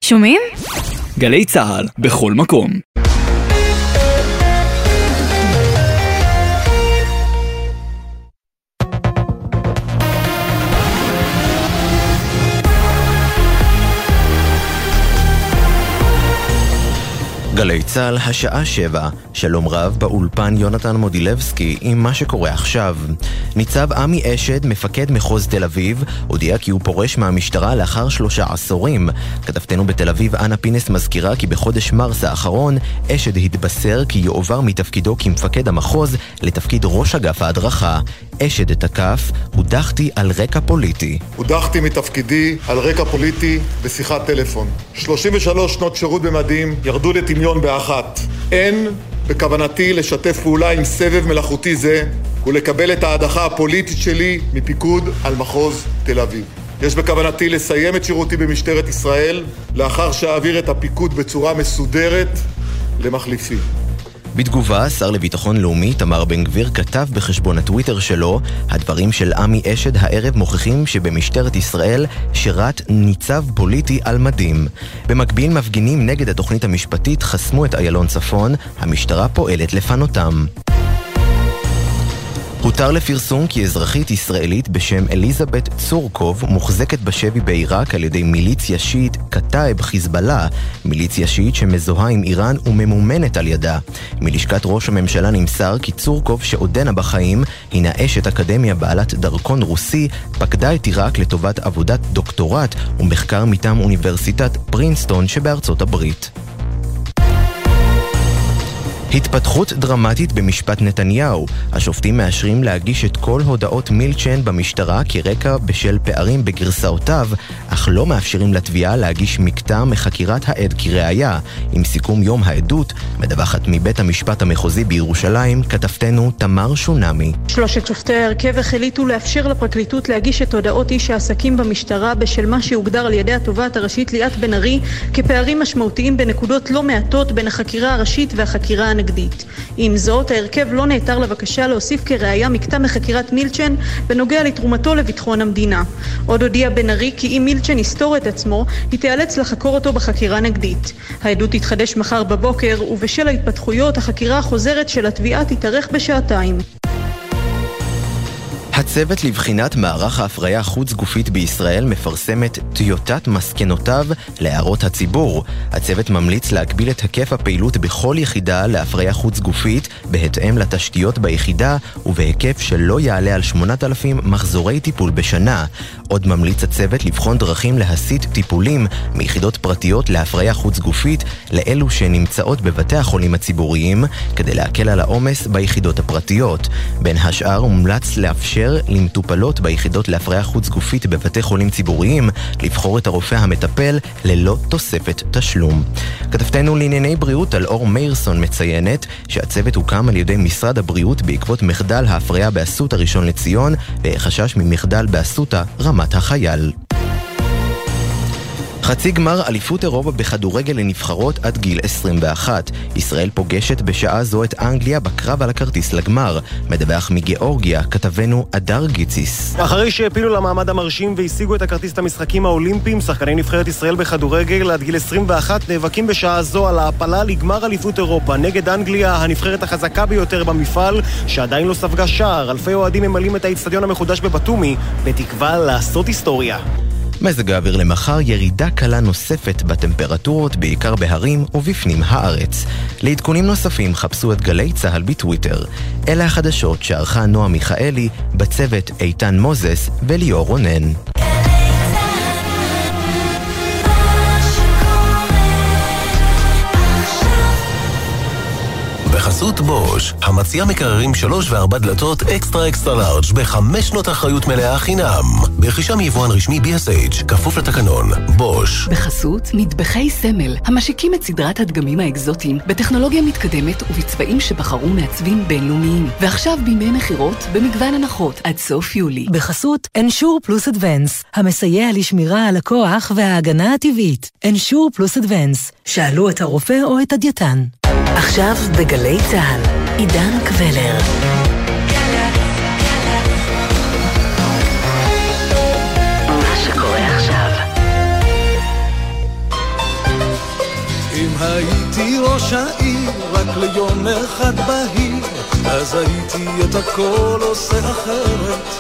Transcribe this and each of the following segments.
שומעים? גלי צהל, בכל מקום. גלי צהל, השעה 7. שלום רב, באולפן יונתן מודילבסקי עם מה שקורה עכשיו. ניצב עמי אשד, מפקד מחוז תל אביב, הודיע כי הוא פורש מהמשטרה לאחר 3 עשורים. כתבתנו בתל אביב אנה פינס מזכירה כי בחודש מרס האחרון אשד התבשר כי יועבר מתפקידו כמפקד המחוז לתפקיד ראש אגף ההדרכה. אשד תקף, הודחתי על רקע פוליטי. הודחתי מתפקידי על רקע פוליטי בשיחת טלפון. 33 שנות שירות במדים ירדו לטמיון באחת. אין בכוונתי לשתף פעולה עם סבב מלאכותי זה ולקבל את ההדחה הפוליטית שלי מפיקוד על מחוז תל אביב. יש בכוונתי לסיים את שירותי במשטרת ישראל לאחר שאעביר את הפיקוד בצורה מסודרת למחליפי. בתגובה, שר לביטחון לאומי תמר בן גביר כתב בחשבון הטוויטר שלו: הדברים של עמי אשד הערב מוכיחים שבמשטרת ישראל שירת ניצב פוליטי על מדים. במקביל, מפגינים נגד התוכנית המשפטית חסמו את איילון צפון, המשטרה פועלת לפנותם. הותר לפרסום כי אזרחית ישראלית בשם אליזבת צורקוב מוחזקת בשבי בעיראק על ידי מיליציה שיעית קטאיב חיזבאללה, מיליציה שיעית שמזוהה עם איראן וממומנת על ידה. מלשכת ראש הממשלה נמסר כי צורקוב שעודנה בחיים הינה אשת אקדמיה בעלת דרכון רוסי, פקדה את עיראק לטובת עבודת דוקטורט ומחקר מטעם אוניברסיטת פרינסטון שבארצות הברית. התפתחות דרמטית במשפט נתניהו. השופטים מאשרים להגיש את כל הודעות מילצ'ן במשטרה כרקע בשל פערים בגרסאותיו, אך לא מאפשרים לתביעה להגיש מקטע מחקירת העד כראיה. עם סיכום יום העדות, מדווחת מבית המשפט המחוזי בירושלים, כתבתנו תמר שונמי. 3 שופטי ההרכב החליטו לאפשר לפרקליטות להגיש את הודעות איש העסקים במשטרה בשל מה שהוגדר על ידי התובעת הראשית ליאת בן ארי כפערים משמעותיים בנקודות לא מעטות בין החקירה הראשית והחקירה הנגדית. עם זאת, ההרכב לא נעתר לבקשה להוסיף כראיה מקטע מחקירת מילצ'ן בנוגע לתרומתו לביטחון המדינה. עוד הודיע בן ארי כי אם מילצ'ן יסתור את עצמו, היא תיאלץ לחקור אותו בחקירה נגדית. העדות תתחדש מחר בבוקר, ובשל ההתפתחויות החקירה החוזרת של התביעה תתארך בשעתיים. הצוות לבחינת מערך ההפריה חוץ גופית בישראל מפרסמת טיוטת מסקנותיו להערות הציבור. הצוות ממליץ להגביל את היקף הפעילות בכל יחידה להפריה חוץ גופית בהתאם לתשתיות ביחידה ובהיקף שלא יעלה על 8,000 מחזורי טיפול בשנה. עוד ממליץ הצוות לבחון דרכים להסיט טיפולים מיחידות פרטיות להפריה חוץ גופית לאלו שנמצאות בבתי החולים הציבוריים כדי להקל על העומס ביחידות הפרטיות. בין השאר מומלץ לאפשר למטופלות ביחידות להפריה חוץ גופית בבתי חולים ציבוריים לבחור את הרופא המטפל ללא תוספת תשלום. כתבתנו לענייני בריאות על אור מיירסון מציינת שהצוות הוקם על ידי משרד הבריאות בעקבות מחדל ההפריה באסותא ראשון לציון וחשש ממחדל באסותא רמת החייל. חצי גמר אליפות אירופה בכדורגל לנבחרות עד גיל 21. ישראל פוגשת בשעה זו את אנגליה בקרב על הכרטיס לגמר. מדווח מגיאורגיה, כתבנו אדר גיציס. אחרי שהפילו למעמד המרשים והשיגו את הכרטיס למשחקים האולימפיים, שחקני נבחרת ישראל בכדורגל עד גיל 21 נאבקים בשעה זו על ההפלה לגמר אליפות אירופה נגד אנגליה, הנבחרת החזקה ביותר במפעל, שעדיין לא ספגה שער. אלפי אוהדים ממלאים את האצטדיון המחודש בבטומי בתקווה לעשות היסטוריה. מזג האוויר למחר, ירידה קלה נוספת בטמפרטורות, בעיקר בהרים ובפנים הארץ. לעדכונים נוספים חפשו את גלי צהל בטוויטר. אלה החדשות שערכה נועה מיכאלי, בצוות איתן מוזס וליאור רונן. בחסות בוש, המציע מקררים 3 ו4 דלתות אקסטרה אקסטרה לארג' ב5 שנות אחריות מלאה חינם. ברכישה מיבואן רשמי BSH, כפוף לתקנון. בוש. בחסות מטבחי סמל, המשיקים את סדרת הדגמים האקזוטיים בטכנולוגיה מתקדמת ובצבעים שבחרו מעצבים בינלאומיים. ועכשיו בימי מחירות במגוון הנחות עד סוף יולי. בחסות אנשור פלוס אדוונס, המסייע לשמירה על הכוח וההגנה הטבעית. אנשור פלוס אדוונס, שאלו את הרופא או את הדייטן. עכשיו בגלי צהל, עידן קבלר. מה שקורה עכשיו. אם הייתי ראש העיר רק ליום אחד בהיר, אז הייתי את הכל עושה אחרת,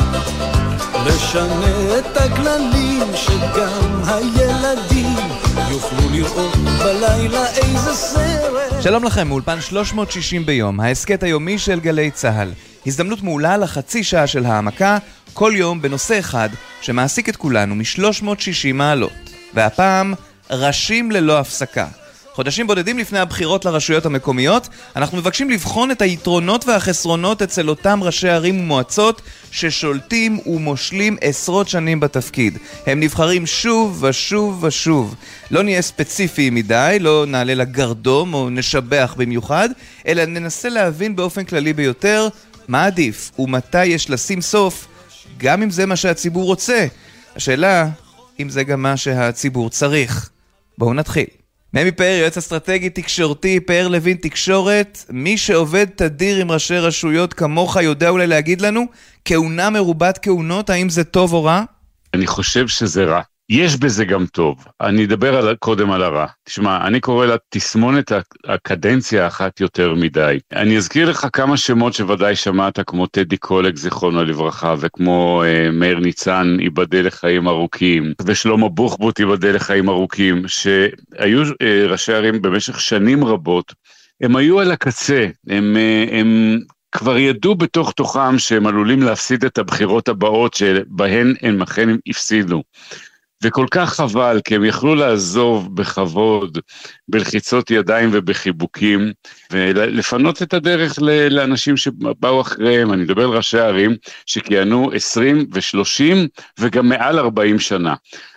לשנה את הגללים שגם הילדים יוכלו לראות בלילה איזה סרט. שלום לכם, מאולפן 360 ביום, ההסקט היומי של גלי צהל. הזדמנות מעולה לחצי שעה של העמקה, כל יום בנושא אחד שמעסיק את כולנו מ-360 מעלות. והפעם, ראשים ללא הפסקה. חודשים בודדים לפני הבחירות לרשויות המקומיות, אנחנו מבקשים לבחון את היתרונות והחסרונות אצל אותם ראשי ערים ומועצות ששולטים ומושלים עשרות שנים בתפקיד. הם נבחרים שוב ושוב ושוב. לא נהיה ספציפיים מדי, לא נעלה לגרדום או נשבח במיוחד, אלא ננסה להבין באופן כללי ביותר מה עדיף ומתי יש לשים סוף, גם אם זה מה שהציבור רוצה. השאלה, אם זה גם מה שהציבור צריך. בואו נתחיל. ממי פאר, יועץ אסטרטגי תקשורתי, פאר לוין תקשורת, מי שעובד תדיר עם ראשי רשויות כמוך יודע אולי להגיד לנו, כהונה מרובת כהונות, האם זה טוב או רע? אני חושב שזה רע. יש בזה גם טוב. אני אדבר קודם על הרע. תשמע, אני קורא לה תסמונת הקדנציה אחת יותר מדי. אני אזכיר לך כמה שמות שוודאי שמעת, כמו טדי קולק זיכרונו לברכה, וכמו מאיר ניצן ייבדל לחיים ארוכים, ושלמה בוחבוט ייבדל לחיים ארוכים, שהיו ראשי ערים במשך שנים רבות, הם היו על הקצה, הם כבר ידעו בתוך תוכם שהם עלולים להפסיד את הבחירות הבאות שבהן הם אכן הפסידו. וכל כך חבל, כי הם יכלו לעזוב בכבוד, בלחיצות ידיים ובחיבוקים, ולפנות את הדרך לאנשים שבאו אחריהם. אני מדבר על ראשי הערים שכיהנו 20 ו-30 וגם מעל 40 שנה.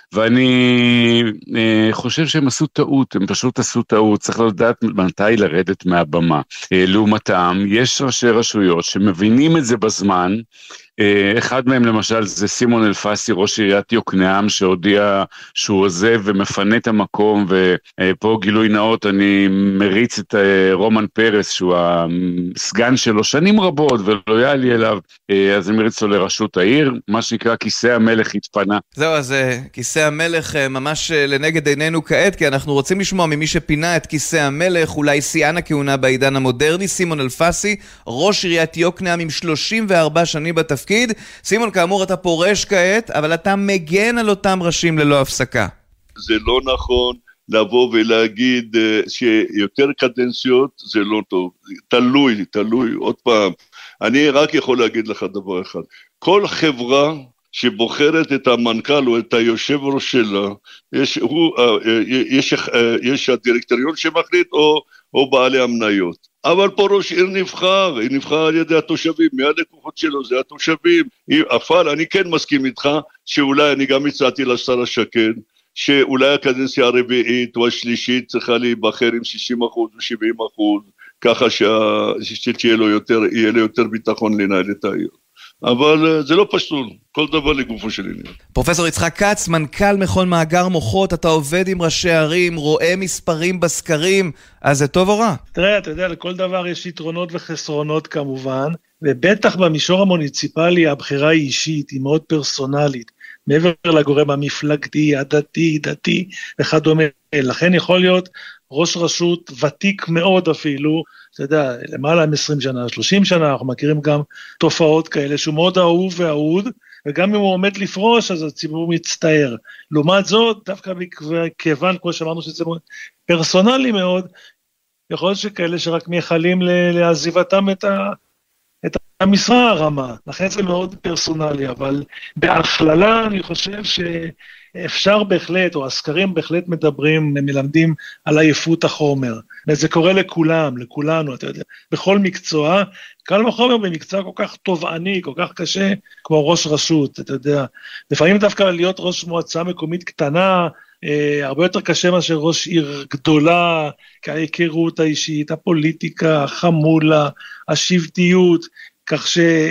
ואני חושב שהם עשו טעות, הם פשוט עשו טעות, צריך לדעת מתי לרדת מהבמה. לעומתם, יש ראשי רשויות שמבינים את זה בזמן, אחד מהם למשל זה סימון אלפסי, ראש עיריית יוקנעם, שהודיע שהוא עוזב ומפנה את המקום, ופה גילוי נאות, אני מריץ את רומן פרס, שהוא הסגן שלו שנים רבות ולויאלי אליו, אז אני מריץ לו לראשות העיר, מה שנקרא כיסא המלך התפנה. זהו, אז כיסא המלך ממש לנגד עינינו כעת, כי אנחנו רוצים לשמוע ממי שפינה את כיסא המלך, אולי שיאן הכהונה בעידן המודרני, סימון אלפסי, ראש עיריית יוקנעם עם 34 שנים בתפקיד. סימון, כאמור אתה פורש כעת, אבל אתה מגן על אותם ראשים ללא הפסקה. זה לא נכון לבוא ולהגיד שיותר קדנציות זה לא טוב. תלוי, עוד פעם. אני רק יכול להגיד לך דבר אחד. כל חברה שבוחרת את המנכ"ל או את היושב ראש שלה, יש הדירקטוריון שמחליט או בעלי המניות. אבל פה ראש עיר נבחר על ידי התושבים, מהלקוחות שלו זה התושבים. אבל אני כן מסכים איתך, שאולי אני גם הצעתי לשר השקד, שאולי הקדנציה הרביעית או השלישית צריכה להיבחר עם 60% ו-70%, ככה שיהיה לו יותר ביטחון לנהל את העיר. אבל זה לא פשוט, כל דבר לגופו של עניין. פרופסור יצחק קץ, מנכ"ל מכון מאגר מוחות, אתה עובד עם ראשי ערים, רואה מספרים בסקרים, אז זה טוב או רע? תראה, אתה יודע, לכל דבר יש יתרונות וחסרונות כמובן, ובטח במישור המוניציפלי הבחירה היא אישית, היא מאוד פרסונלית, מעבר לגורם המפלגתי, הדתי, דתי וכדומה. לכן יכול להיות ראש רשות ותיק מאוד אפילו, אתה יודע, למעלה מ-20 שנה, 30 שנה, אנחנו מכירים גם תופעות כאלה, שהוא מאוד אהוב ואהוד, וגם אם הוא עומד לפרוש, אז הציבור מצטער. לעומת זאת, דווקא כיוון, כמו שאמרנו שזה פרסונלי מאוד, יכול להיות שכאלה שרק מייחלים לעזיבתם את המשרה הרמה, לכן זה מאוד פרסונלי, אבל בהכללה אני חושב שאפשר בהחלט, או הסקרים בהחלט מלמדים על עייפות החומר, וזה קורה לכולנו, אתה יודע, בכל מקצוע, קל וחומר במקצוע כל כך תובעני, כל כך קשה, כמו ראש רשות, אתה יודע, לפעמים דווקא להיות ראש מועצה מקומית קטנה, הרבה יותר קשה מאשר ראש עיר גדולה, כי ההיכרות האישית, הפוליטיקה, החמולה, השבטיות, כך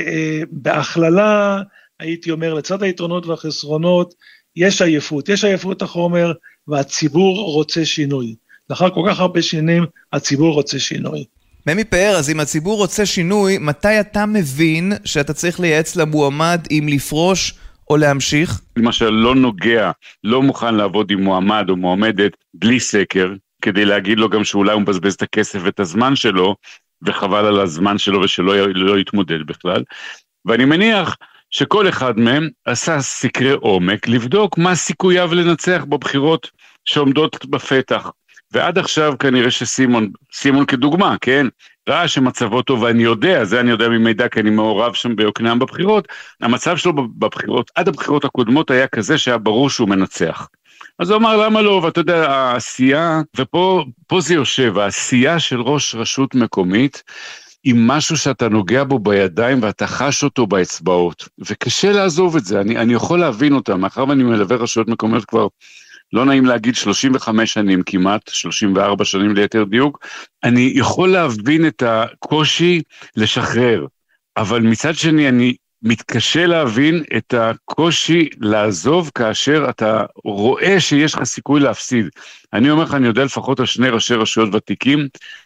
שבהכללה הייתי אומר, לצד היתרונות והחסרונות, יש עייפות החומר, והציבור רוצה שינוי. לאחר כל כך הרבה שנים, הציבור רוצה שינוי. ממי פאר, אז אם הציבור רוצה שינוי, מתי אתה מבין שאתה צריך לייעץ למועמד אם לפרוש או להמשיך? למשל לא נוגע, לא מוכן לעבוד עם מועמד או מועמדת בלי סקר, כדי להגיד לו גם שאולי הוא מבזבז את הכסף ואת הזמן שלו, וחבל על הזמן שלו ושלא יתמודד בכלל. ואני מניח שכל אחד מהם עשה סקרי עומק לבדוק מה סיכוייו לנצח בבחירות שעומדות בפתח. ועד עכשיו כנראה סימון כדוגמה, כן? ראה שמצבו טוב, ואני יודע, זה אני יודע ממידע, כי אני מעורב שם ביוקנעם בבחירות, המצב שלו בבחירות, עד הבחירות הקודמות היה כזה שהיה ברור שהוא מנצח. אז הוא אמר, למה לא? ואתה יודע, העשייה, ופה זה יושב, העשייה של ראש רשות מקומית, עם משהו שאתה נוגע בו בידיים, ואתה חש אותו באצבעות, וקשה לעזוב את זה, אני יכול להבין אותה, מאחר ואני מלווה רשויות מקומיות כבר, לא נעים להגיד 35 שנים כמעט, 34 שנים ליתר דיוק, אני יכול להבין את הקושי לשחרר, אבל מצד שני אני מתקשה להבין את הקושי לעזוב כאשר אתה רואה שיש לך סיכוי להפסיד. אני אומר לך, אני יודע לפחות על 2 ראשי רשויות ותיקים,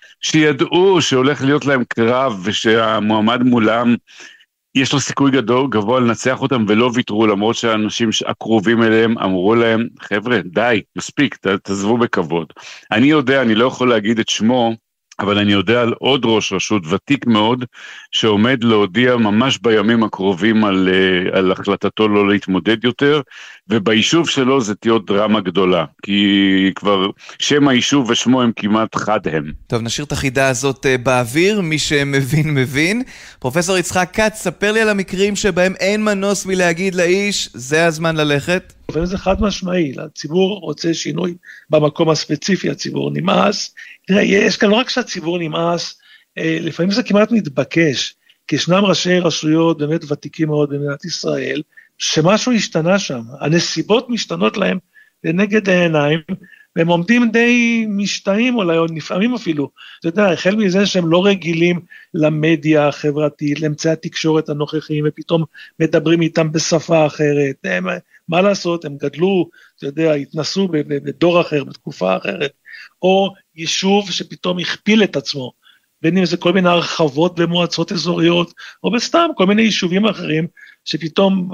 שידעו שהולך להיות להם קרב, ושהמועמד מולם יש לו סיכוי גבוה לנצח אותם, ולא ויתרו, למרות שהאנשים הקרובים אליהם אמרו להם, חבר'ה, די, מספיק, תעזבו בכבוד. אני יודע, אני לא יכול להגיד את שמו, אבל אני יודע על עוד ראש רשות ותיק מאוד, שעומד להודיע ממש בימים הקרובים על החלטתו לא להתמודד יותר, וביישוב שלו זה תהיה דרמה גדולה, כי כבר שם היישוב ושמו הם כמעט חד הם. טוב, נשאיר את החידה הזאת באוויר, מי שמבין מבין. פרופסור יצחק כץ, ספר לי על המקרים שבהם אין מנוס מלהגיד לאיש, זה הזמן ללכת. וזה חד משמעי, הציבור רוצה שינוי במקום הספציפי, הציבור נמאס. תראה, יש כאן לא רק שהציבור נמאס, לפעמים זה כמעט מתבקש, כי ישנם ראשי רשויות באמת ותיקים מאוד במדינת ישראל, שמשהו השתנה שם, הנסיבות משתנות להם לנגד העיניים, והם עומדים די משתאים אולי, או לפעמים אפילו, אתה יודע, החל מזה שהם לא רגילים למדיה החברתית, לאמצעי התקשורת הנוכחיים, ופתאום מדברים איתם בשפה אחרת, מה לעשות, הם גדלו, אתה יודע, התנסו בדור אחר, בתקופה אחרת, או יישוב שפתאום הכפיל את עצמו, בין אם זה כל מיני הרחבות במועצות אזוריות, או בסתם כל מיני יישובים אחרים, שפתאום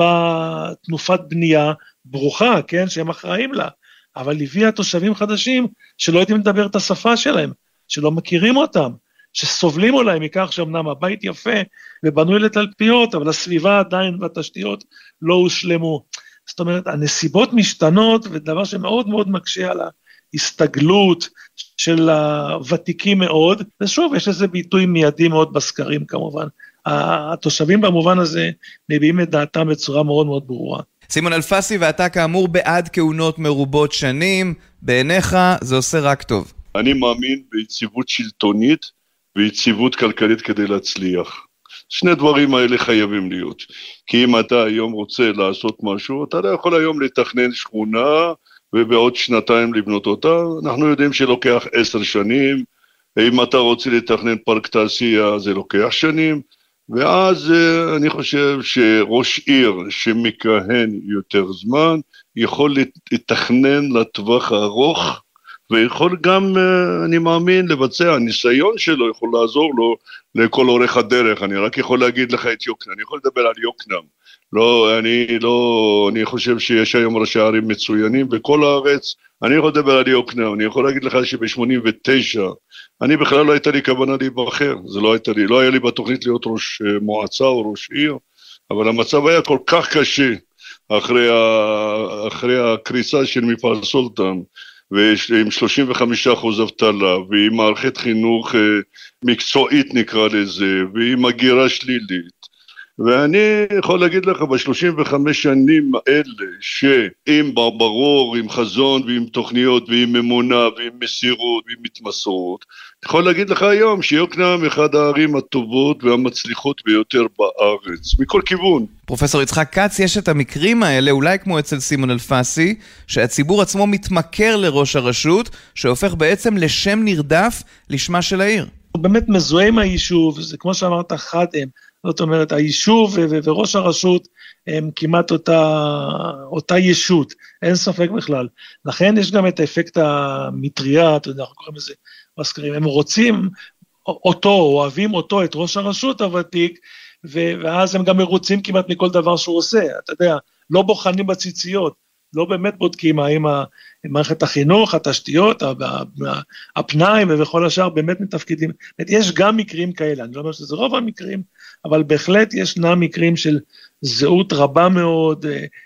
בתנופת בנייה ברוכה, כן, שהם אחראים לה, אבל הביאה תושבים חדשים שלא יודעים לדבר את השפה שלהם, שלא מכירים אותם, שסובלים אולי מכך שאומנם הבית יפה ובנוי לתלפיות, אבל הסביבה עדיין והתשתיות לא הושלמו. זאת אומרת, הנסיבות משתנות, ודבר שמאוד מאוד מקשה על ההסתגלות של הוותיקים מאוד, ושוב, יש איזה ביטוי מיידי מאוד בסקרים כמובן. התושבים במובן הזה מביאים את דעתם בצורה מאוד מאוד ברורה. סימון אלפסי, ואתה כאמור בעד כהונות מרובות שנים, בעיניך זה עושה רק טוב. אני מאמין ביציבות שלטונית ויציבות כלכלית כדי להצליח. שני דברים האלה חייבים להיות. כי אם אתה היום רוצה לעשות משהו, אתה לא יכול היום לתכנן שכונה ובעוד 2 לבנות אותה. אנחנו יודעים שלוקח 10 שנים, אם אתה רוצה לתכנן פארק תעשייה זה לוקח שנים, ואז אני חושב שראש עיר שמכהן יותר זמן, יכול לתכנן לטווח הארוך, ויכול גם, אני מאמין, לבצע, הניסיון שלו יכול לעזור לו לכל אורך הדרך. אני רק יכול להגיד לך את יוקנעם, אני יכול לדבר על יוקנעם. אני חושב שיש היום ראשי ערים מצוינים בכל הארץ, אני יכול לדבר על יוקנעם, אני יכול להגיד לך שב-89, אני בכלל לא הייתה לי כוונה להיבחר, זה לא היה לי בתוכנית להיות ראש מועצה או ראש עיר, אבל המצב היה כל כך קשה, אחרי הקריסה של מפעל סולטן, ועם 35% אבטלה, ועם מערכת חינוך מקצועית נקרא לזה, ועם הגירה שלילית, ואני יכול להגיד לך, ב-35 שנים האלה, שעם ברור, עם חזון, ועם תוכניות, ועם אמונה, ועם מסירות, ועם מתמסורות, אני יכול להגיד לך היום, שיוקנעם אחד הערים הטובות והמצליחות ביותר בארץ, מכל כיוון. פרופסור יצחק כץ, יש את המקרים האלה, אולי כמו אצל סימון אלפסי, שהציבור עצמו מתמכר לראש הרשות, שהופך בעצם לשם נרדף לשמה של העיר. הוא באמת מזוהה עם היישוב, זה כמו שאמרת חד הם, זאת אומרת, היישוב וראש הרשות הם כמעט אותה ישות, אין ספק בכלל. לכן יש גם את האפקט המטריה, אתה יודע, אנחנו קוראים לזה בסקרים, הם רוצים אותו, אוהבים אותו, את ראש הרשות הוותיק, ואז הם גם מרוצים כמעט מכל דבר שהוא עושה, אתה יודע, לא בוחנים בציציות, לא באמת בודקים האם מערכת החינוך, התשתיות, הפנאי וכל השאר באמת מתפקידים. יש גם מקרים כאלה, אני לא אומר שזה רוב המקרים, אבל בהחלט ישנם מקרים של זהות רבה מאוד.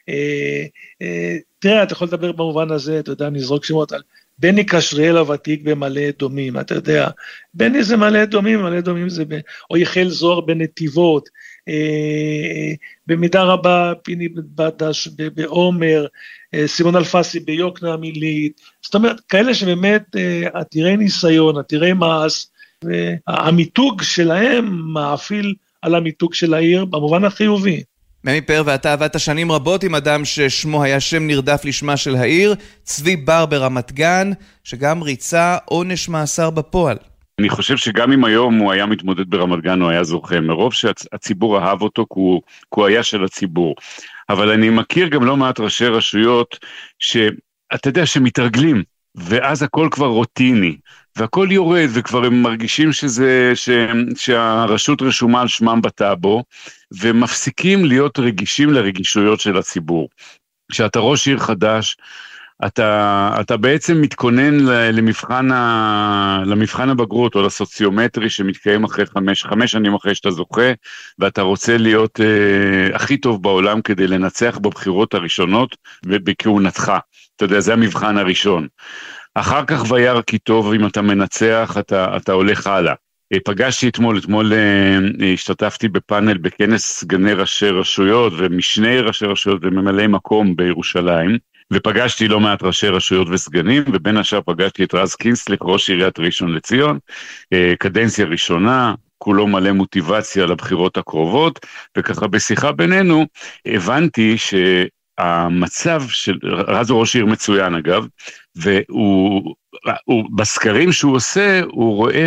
תראה, אתה יכול לדבר במובן הזה, אתה יודע, נזרוק שמות על בני קשריאל הוותיק במלא דומים, אתה יודע, בני זה מלא דומים זה, או יחל זוהר בנתיבות, במידה רבה פיני בדש בעומר, סימון אלפסי ביוקנעם עילית, זאת אומרת, כאלה שבאמת עתירי ניסיון, עתירי מעש, והמיתוג שלהם מאפיל על המיתוג של העיר במובן החיובי. ממי פאר, ואתה עבדת שנים רבות עם אדם ששמו היה שם נרדף לשמה של העיר, צבי בר ברמת גן, שגם ריצה עונש מאסר בפועל. אני חושב שגם אם היום הוא היה מתמודד ברמת גן, הוא היה זוכה, מרוב שהציבור אהב אותו, כי הוא היה של הציבור. אבל אני מכיר גם לא מעט ראשי רשויות, שאתה יודע שמתרגלים, ואז הכל כבר רוטיני, והכל יורד, וכבר הם מרגישים שהרשות רשומה על שמם בטאבו, ומפסיקים להיות רגישים לרגישויות של הציבור. כשאתה ראש עיר חדש, אתה בעצם מתכונן למבחן הבגרות, או לסוציומטרי שמתקיים אחרי 5 שנים אחרי שאתה זוכה, ואתה רוצה להיות הכי טוב בעולם כדי לנצח בבחירות הראשונות, בכהונתך. אתה יודע, זה המבחן הראשון. אחר כך וירא כי טוב, אם אתה מנצח, אתה הולך הלאה. פגשתי אתמול השתתפתי בפאנל בכנס סגני ראשי רשויות, ומשני ראשי רשויות וממלאי מקום בירושלים, ופגשתי לא מעט ראשי רשויות וסגנים, ובין השאר פגשתי את רז קינסטליק, ראש עיריית ראשון לציון, קדנציה ראשונה, כולו מלא מוטיבציה לבחירות הקרובות, וככה בשיחה בינינו, הבנתי שהמצב של, רז הוא ראש עיר מצוין אגב, והוא בסקרים שהוא עושה, הוא רואה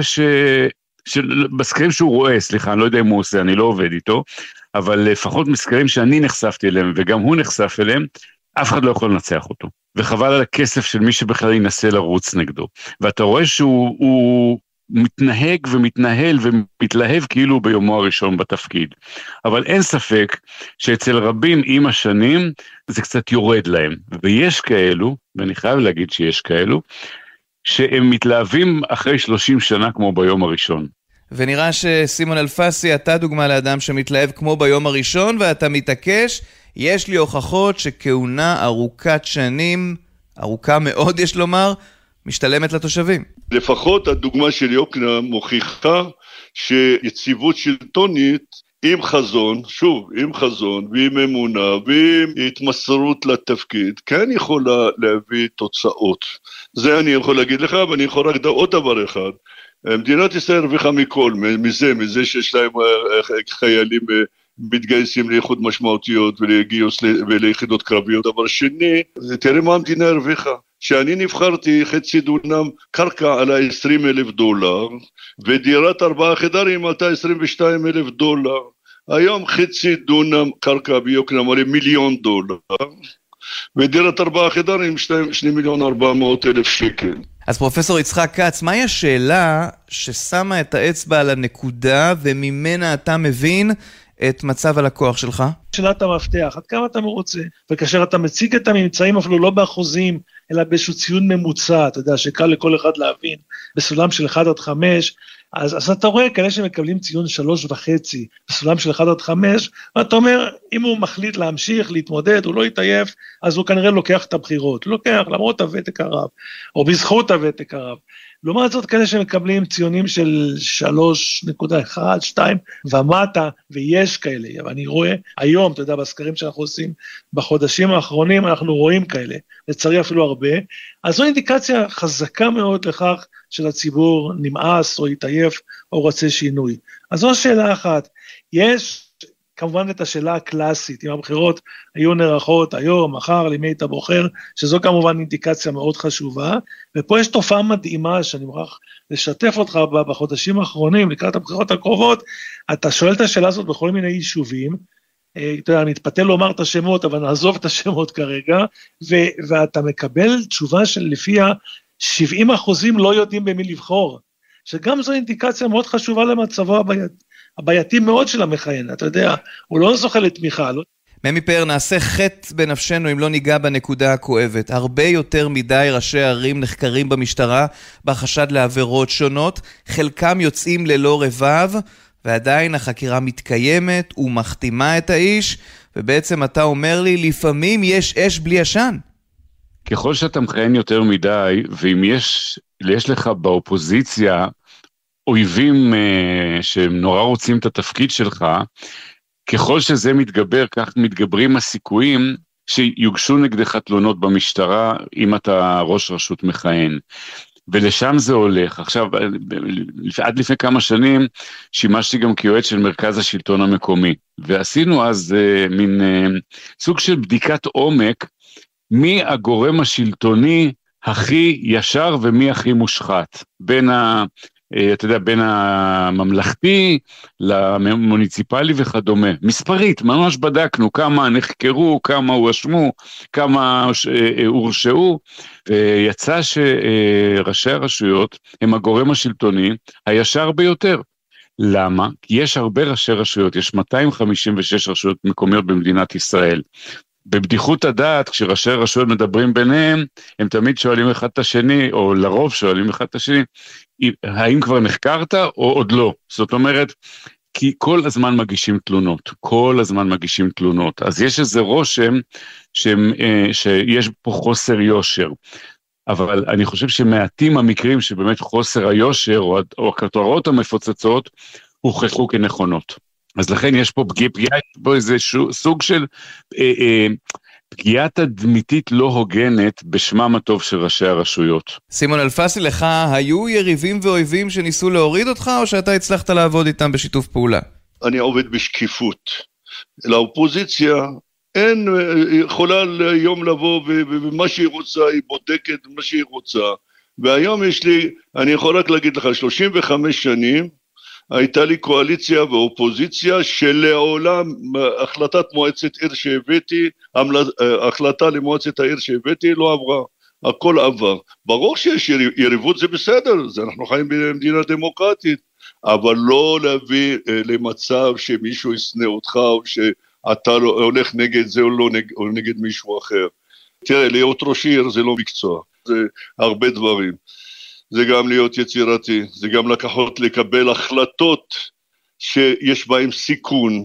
בסקרים שהוא רואה, סליחה, אני לא יודע אם הוא עושה, אני לא עובד איתו, אבל לפחות מסקרים שאני נחשפתי אליהם, וגם הוא נחשף אליהם, אף אחד לא יכול לנצח אותו, וחבל על הכסף של מי שבכלל ינסה לרוץ נגדו, ואתה רואה שהוא מתנהג ומתנהל ומתלהב כאילו ביומו הראשון בתפקיד, אבל אין ספק שאצל רבים עם השנים זה קצת יורד להם, ויש כאלו, ואני חייב להגיד שיש כאלו, שהם מתלהבים אחרי 30 שנה כמו ביום הראשון. ונראה שסימון אלפסי, אתה דוגמה לאדם שמתלהב כמו ביום הראשון, ואתה מתעקש, יש לי הוכחות שכהונה ארוכת שנים, ארוכה מאוד יש לומר, משתלמת לתושבים. לפחות הדוגמה של יוקנעם מוכיחה שיציבות שלטונית עם חזון, שוב, עם חזון ועם אמונה ועם התמסרות לתפקיד, כן יכולה להביא תוצאות. זה אני יכול להגיד לך, ואני יכול רק עוד דבר אחד. מדינת ישראל הרוויחה מכל, מזה שיש להם חיילים מתגייסים ליחידות משמעותיות ולגיוס וליחידות קרביות. דבר שני, תראה מה המדינה הרוויחה. שאני נבחרתי חצי דונם קרקע עלה $20,000, ודירת 4 חדרים עלתה $22,000. היום חצי דונם קרקע ביוקנעם עולה $1,000,000, ודירת 4 חדרים 2,400,000 שקל. אז פרופסור יצחק כץ, מהי השאלה ששמה את האצבע על הנקודה וממנה אתה מבין את מצב הלקוח שלך? שאלת המפתח, עד כמה אתה מרוצה? וכאשר אתה מציג את הממצאים אפילו לא באחוזים, אלא באיזשהו ציון ממוצע, אתה יודע, שקל לכל אחד להבין, בסולם של 1 עד 5, אז אתה רואה כאלה שמקבלים ציון 3.5, בסולם של 1 עד 5, ואתה אומר, אם הוא מחליט להמשיך, להתמודד, הוא לא יתעייף, אז הוא כנראה לוקח את הבחירות, הוא לוקח למרות הוותק הרב, או בזכות הוותק הרב. לעומת זאת, כאלה שמקבלים ציונים של 3.1, 2 ומטה, ויש כאלה, ואני רואה היום, אתה יודע, בסקרים שאנחנו עושים בחודשים האחרונים, אנחנו רואים כאלה, לצערי אפילו הרבה, אז זו אינדיקציה חזקה מאוד לכך שלציבור נמאס או יתעייף או רוצה שינוי. אז זו שאלה אחת. יש כמובן את השאלה הקלאסית, אם הבחירות היו נערכות היום, מחר, למי היית בוחר, שזו כמובן אינדיקציה מאוד חשובה, ופה יש תופעה מדהימה שאני מוכרח לשתף אותך בחודשים האחרונים, לקראת הבחירות הקרובות, אתה שואל את השאלה הזאת בכל מיני יישובים, אתה יודע, אני אתפתה לומר את השמות, אבל נעזוב את השמות כרגע, ואתה מקבל תשובה של לפיה 70% לא יודעים במי לבחור, שגם זו אינדיקציה מאוד חשובה למצבו הבעייתי מאוד של המכהן, אתה יודע, הוא לא זוכה לתמיכה. לא? ממי פאר, נעשה חטא בנפשנו אם לא ניגע בנקודה הכואבת. הרבה יותר מדי ראשי ערים נחקרים במשטרה בחשד לעבירות שונות, חלקם יוצאים ללא רבב, ועדיין החקירה מתקיימת ומחתימה את האיש, ובעצם אתה אומר לי, לפעמים יש אש בלי עשן. ככל שאתה מכהן יותר מדי, ואם יש לך באופוזיציה אויבים שהם נורא רוצים את התפקיד שלך, ככל שזה מתגבר, כך מתגברים הסיכויים שיוגשו נגדך תלונות במשטרה, אם אתה ראש רשות מכהן. ולשם זה הולך. עכשיו, עד לפני כמה שנים, שימשתי גם כיועץ של מרכז השלטון המקומי, ועשינו אז מין סוג של בדיקת עומק, מי הגורם השלטוני הכי ישר ומי הכי מושחת, בין הממלכתי למוניציפלי וכדומה. מספרית, ממש בדקנו כמה נחקרו, כמה הואשמו, כמה הורשעו, ויצא שראשי הרשויות הם הגורם השלטוני הישר ביותר. למה? כי יש הרבה ראשי רשויות, יש 256 רשויות מקומיות במדינת ישראל. בבדיחות הדעת, כשראשי הרשויות מדברים ביניהם, הם תמיד שואלים אחד את השני, או לרוב שואלים אחד את השני, האם כבר נחקרת או עוד לא? זאת אומרת, כי כל הזמן מגישים תלונות, אז יש איזה רושם שיש פה חוסר יושר, אבל אני חושב שמעטים המקרים שבאמת חוסר היושר, או הכותרות המפוצצות, הוכחו כנכונות. אז לכן יש פה פגיעה, בו איזה סוג של פגיעה תדמיתית לא הוגנת בשמם הטוב של ראשי הרשויות. סימון אלפסי, לך היו יריבים ואויבים שניסו להוריד אותך, או שאתה הצלחת לעבוד איתם בשיתוף פעולה? אני עובד בשקיפות. לאופוזיציה אין יכולה היום לבוא, ומה שהיא רוצה, היא בודקת מה שהיא רוצה. והיום אני יכול רק להגיד לך, 35 שנים, הייתה לי קואליציה ואופוזיציה שלעולם החלטת מועצת עיר שהבאתי, החלטה למועצת העיר שהבאתי לא עברה, הכל עבר. ברור שיש יריבות, זה בסדר, אנחנו חיים במדינה דמוקרטית, אבל לא להביא למצב שמישהו ישנא אותך או שאתה הולך נגד זה או נגד מישהו אחר. תראה, להיות ראש עיר זה לא מקצוע, זה הרבה דברים. זה גם להיות יצירתי, זה גם לקבל החלטות שיש בהן סיכון,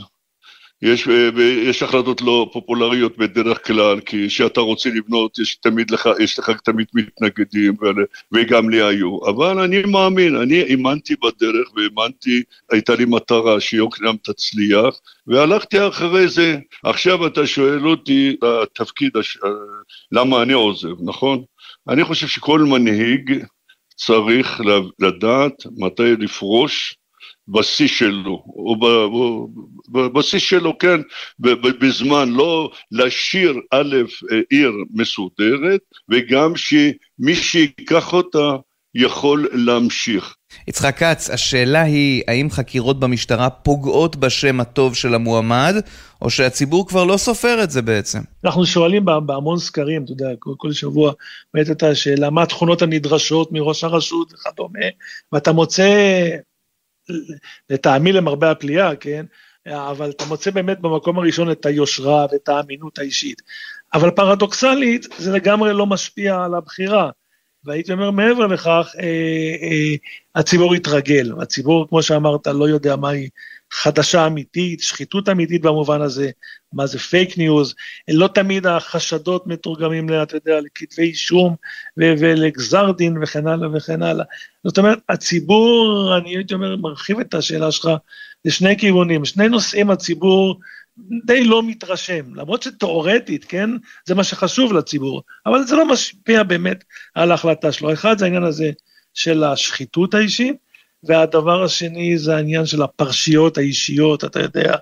יש החלטות לא פופולריות בדרך כלל, כי שאתה רוצה לבנות, יש לך תמיד מתנגדים, וגם לי היו, אבל אני מאמין, אני אימנתי בדרך, הייתה לי מטרה שיוקנעם תצליח, והלכתי אחרי זה. עכשיו אתה שואל אותי, התפקיד, למה אני עוזב, נכון? אני חושב שכל מנהיג, צריך לדעת מתי לפרוש בשיא שלו, או בשיא שלו, כן, בזמן, לא להשאיר עיר מסודרת, וגם שמי שיקח אותה יכול להמשיך. יצחק כץ, השאלה היא, האם חקירות במשטרה פוגעות בשם הטוב של המועמד, או שהציבור כבר לא סופר את זה בעצם? אנחנו שואלים בהמון סקרים, אתה יודע, כל שבוע, באמת את השאלה, מה התכונות הנדרשות מראש הרשות וכדומה, ואתה מוצא, לטעמי למרבה הפליאה, כן, אבל אתה מוצא באמת במקום הראשון את היושרה ואת האמינות האישית, אבל פרדוקסלית, זה לגמרי לא משפיע על הבחירה, והייתי אומר מעבר לכך, הציבור יתרגל, הציבור כמו שאמרת לא יודע מהי חדשה אמיתית, שחיתות אמיתית במובן הזה, מה זה פייק ניוז, לא תמיד החשדות מתורגמים לכתבי אישום ולגזר דין וכן הלאה וכן הלאה, זאת אומרת הציבור, אני הייתי אומר מרחיב את השאלה שלך לשני כיוונים, שני נושאים הציבור די לא מתרשם, למרות שתיאורטית, כן, זה מה שחשוב לציבור, אבל זה לא משפיע באמת על ההחלטה שלו. אחד זה העניין הזה של השחיתות האישית, והדבר השני זה העניין של הפרשיות האישיות, אתה יודע,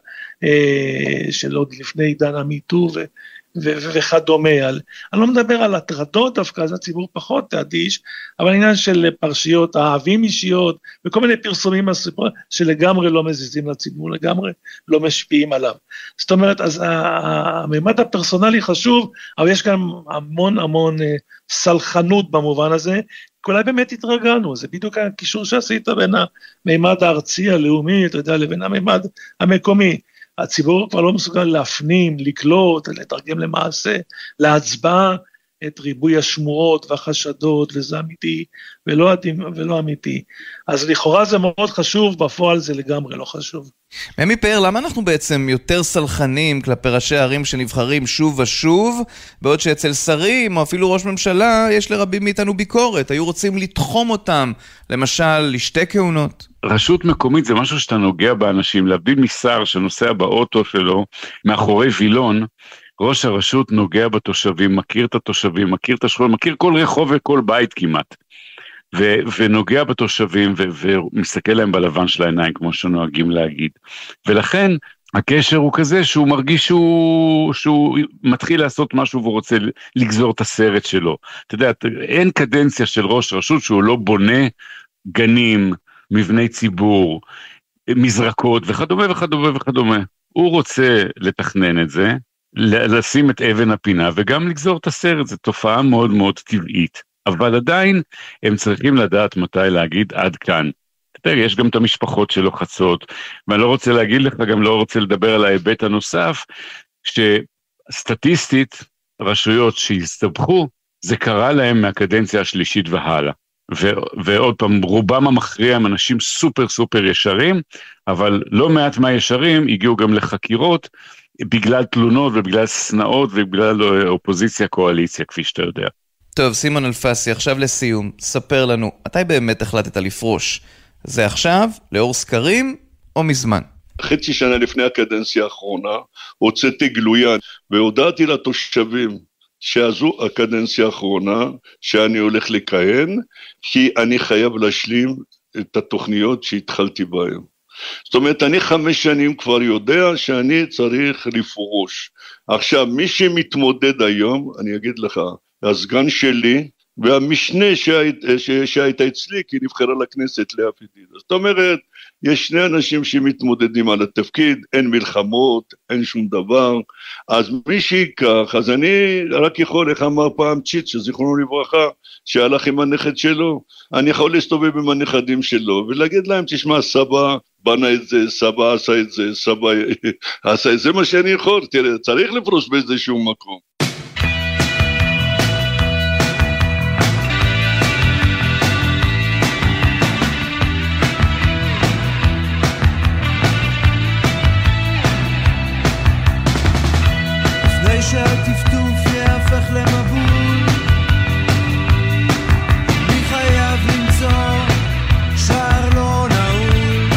של עוד לפני עידן המיטו וכדומה. אני לא מדבר על הטרדות דווקא, אז הציבור פחות תאדיש, אבל העניין של פרשיות, אהבים אישיות, וכל מיני פרסומים שלגמרי לא מזיזים לציבור, לגמרי לא משפיעים עליו. זאת אומרת, אז הממד הפרסונלי חשוב, אבל יש גם המון סלחנות במובן הזה, אולי באמת התרגלנו, זה בדיוק הקישור שעשית בין הממד הארצי הלאומי, אתה יודע, לבין הממד המקומי. הציבור כבר לא מסוגל להפנים, לקלוט, לתרגם למעשה, להצבעה, את ריבוי השמועות והחשדות, וזה אמיתי ולא אמיתי. אז לכאורה זה מאוד חשוב, בפועל זה לגמרי לא חשוב. ממי פאר, למה אנחנו בעצם יותר סלחנים כלפי ראשי הערים שנבחרים שוב ושוב, בעוד שאצל שרים או אפילו ראש ממשלה יש לרבים מאיתנו ביקורת, היו רוצים לתחום אותם, למשל לשתי כהונות? רשות מקומית זה משהו שאתה נוגע באנשים, להבדיל משר שנוסע באוטו שלו מאחורי וילון, ראש הרשות נוגע בתושבים, מכיר את התושבים, מכיר את השכונה, מכיר כל רחוב וכל בית כמעט, ונוגע בתושבים ומסתכל להם בלבן של העיניים, כמו שנוהגים להגיד. ולכן הקשר הוא כזה שהוא מרגיש שהוא מתחיל לעשות משהו והוא רוצה לגזור את הסרט שלו. אתה יודע, אין קדנציה של ראש רשות שהוא לא בונה גנים, מבני ציבור, מזרקות וכדומה וכדומה וכדומה. הוא רוצה לתכנן את זה, לשים את אבן הפינה וגם לגזור את הסרט, זו תופעה מאוד מאוד טבעית, אבל עדיין הם צריכים לדעת מתי להגיד עד כאן. יש גם את המשפחות שלוחצות, ואני לא רוצה להגיד לך, גם לא רוצה לדבר על ההיבט הנוסף, שסטטיסטית רשויות שהסתבכו, זה קרה להם מהקדנציה השלישית והלאה. ועוד פעם, רובם המכריע הם אנשים סופר סופר ישרים, אבל לא מעט מהישרים הגיעו גם לחקירות, בגלל תלונות ובגלל סנאות ובגלל אופוזיציה קואליציה, כפי שאתה יודע. טוב, סימון אלפסי, עכשיו לסיום, ספר לנו, מתי באמת החלטת לפרוש? זה עכשיו, לאור סקרים או מזמן? חצי שנה לפני הקדנציה האחרונה, הוצאתי גלויה והודעתי לתושבים שזו הקדנציה האחרונה שאני הולך לכהן, כי אני חייב להשלים את התוכניות שהתחלתי בהן. זאת אומרת, אני 5 שנים כבר יודע שאני צריך לפרוש. עכשיו, מי שמתמודד היום, אני אגיד לך, הסגן שלי, והמשנה שהייתה אצלי, כי נבחרה לכנסת לאה פדידה. זאת אומרת, יש 2 אנשים שמתמודדים על התפקיד, אין מלחמות, אין שום דבר, אז מי שיקח, אז אני רק יכול, איך אמר פעם צ'יט, שזיכרונו לברכה, שהלך עם הנכד שלו, אני יכול להסתובב עם הנכדים שלו, ולהגיד להם, תשמע, סבא בנה את זה, סבא עשה את זה, סבא עשה את זה, מה שאני יכול, תראה, צריך לפרוש באיזשהו מקום. שהטפטוף יהפך למבול, מי חייב למצוא שער לא נעול.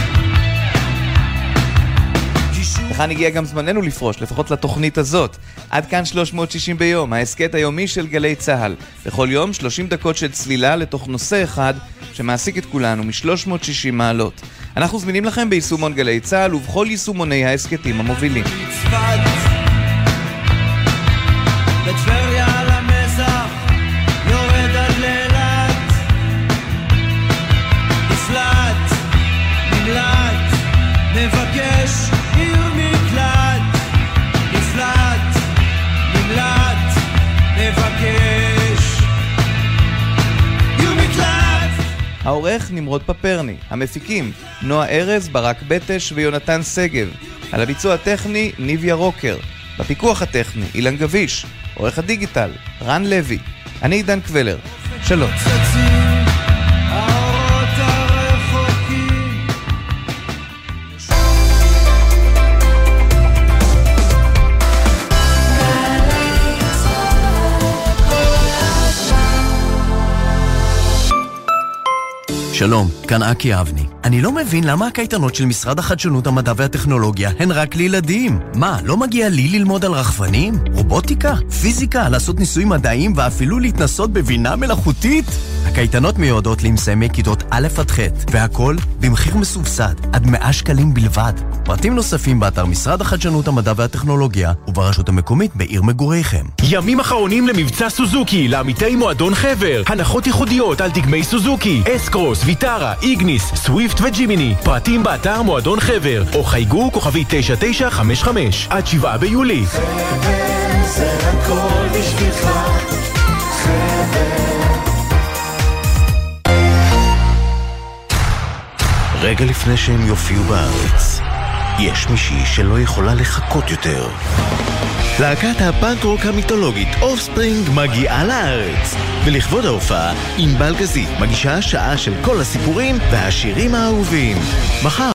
לכאן הגיע גם זמננו לפרוש, לפחות לתוכנית הזאת. עד כאן 360 ביום, ההסקט היומי של גלי צהל. בכל יום 30 דקות של צלילה לתוך נושא אחד שמעסיק את כולנו מ-360 מעלות. אנחנו זמינים לכם ביישומון גלי צהל ובכל יישומוני ההסקטים המובילים. בטבריה על המזח, יורד עד לאילת, נפלט, נמלט, מבקש עיר מקלט, נפלט, נמלט, מבקש עיר מקלט. העורך נמרוד פפרני, המפיקים נועה ארז, ברק בטש ויונתן סגב, על הביצוע הטכני ניביה רוקר, בפיקוח הטכני אילן גביש, עורך הדיגיטל רן לוי, אני עידן קבלר, שלום. שלום, כאן אקי אבני. אני לא מבין למה הקייטנות של משרד החדשנות, המדע והטכנולוגיה הן רק לילדים. מה, לא מגיע לי ללמוד על רחפנים? רובוטיקה? פיזיקה? לעשות ניסויים מדעיים ואפילו להתנסות בבינה מלאכותית? הקייטנות מיועדות למסיימי כיתות א' עד ח', והכל במחיר מסובסד, עד 100 שקלים בלבד. פרטים נוספים באתר משרד החדשנות, המדע והטכנולוגיה וברשות המקומית בעיר מגוריכם. ימים אחרונים למבצע סוזוקי, לעמיתי מועדון חבר. הנחות ייחודיות על דגמי סוזוקי, אס-קרוס, ויטרה, איגניס, סוויפט וג'ימיני. פרטים באתר מועדון חבר, או חייגו כוכבי 9955 עד 7 ביולי. חבר זה הכל בשבילך, חבר. רגע לפני שהם יופיעו בארץ, יש מישהי שלא יכולה לחכות יותר. להקת הפאנק-רוק המיתולוגית אופספרינג מגיעה לארץ, ולכבוד ההופעה ענבל גזית מגישה שעה של כל הסיפורים והשירים האהובים. מחר